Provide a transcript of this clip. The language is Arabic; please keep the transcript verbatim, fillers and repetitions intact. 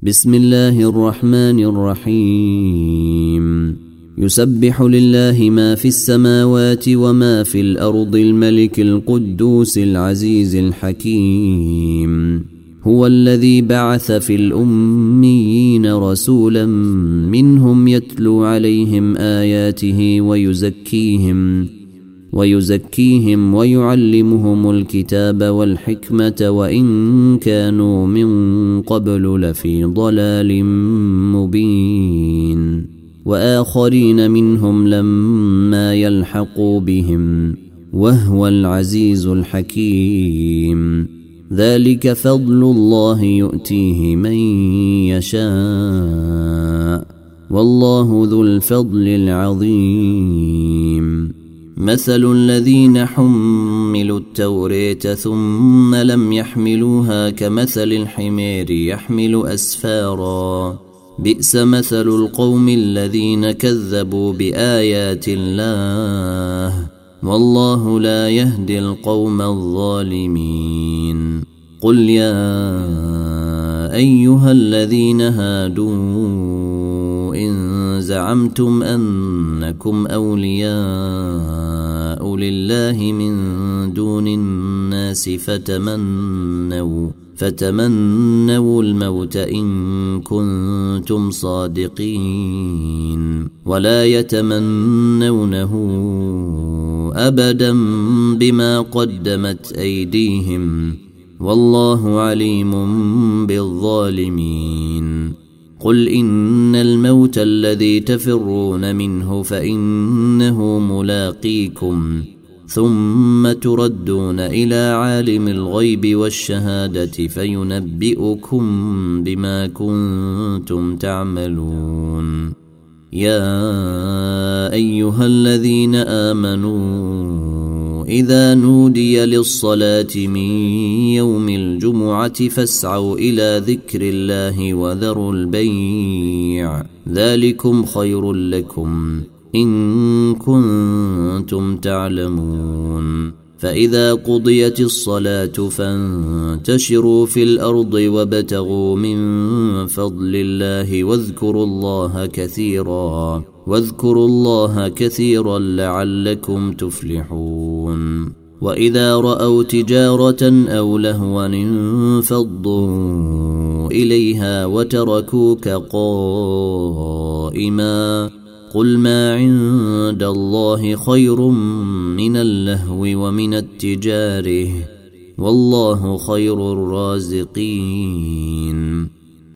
بسم الله الرحمن الرحيم يسبح لله ما في السماوات وما في الأرض الملك القدوس العزيز الحكيم هو الذي بعث في الأميين رسولا منهم يتلو عليهم آياته ويزكيهم ويزكيهم ويعلمهم الكتاب والحكمة وإن كانوا من قبل لفي ضلال مبين وآخرين منهم لما يلحقوا بهم وهو العزيز الحكيم ذلك فضل الله يؤتيه من يشاء والله ذو الفضل العظيم مثل الذين حملوا التوراة ثم لم يحملوها كمثل الحمير يحمل أسفارا بئس مثل القوم الذين كذبوا بآيات الله والله لا يهدي القوم الظالمين قل يا أيها الذين هادوا إن زعمتم أنكم أولياء لله من دون الناس فتمنوا فتمنوا الموت إن كنتم صادقين ولا يتمنونه أبدا بما قدمت أيديهم والله عليم بالظالمين قل إن الموت الذي تفرون منه فإنه ملاقيكم ثم تردون إلى عالم الغيب والشهادة فينبئكم بما كنتم تعملون يا أيها الذين آمنوا إذا نودي للصلاة من يوم الجمعة فاسعوا إلى ذكر الله وذروا البيع ذلكم خير لكم إن كنتم تعلمون فإذا قضيت الصلاة فانتشروا في الأرض وابتغوا من فضل الله واذكروا الله كثيرا واذكروا الله كثيرا لعلكم تفلحون وإذا رأوا تجارة أو لهوا انفضوا إليها وتركوك قائما قل ما عند الله خير من اللهو ومن التجاره والله خير الرازقين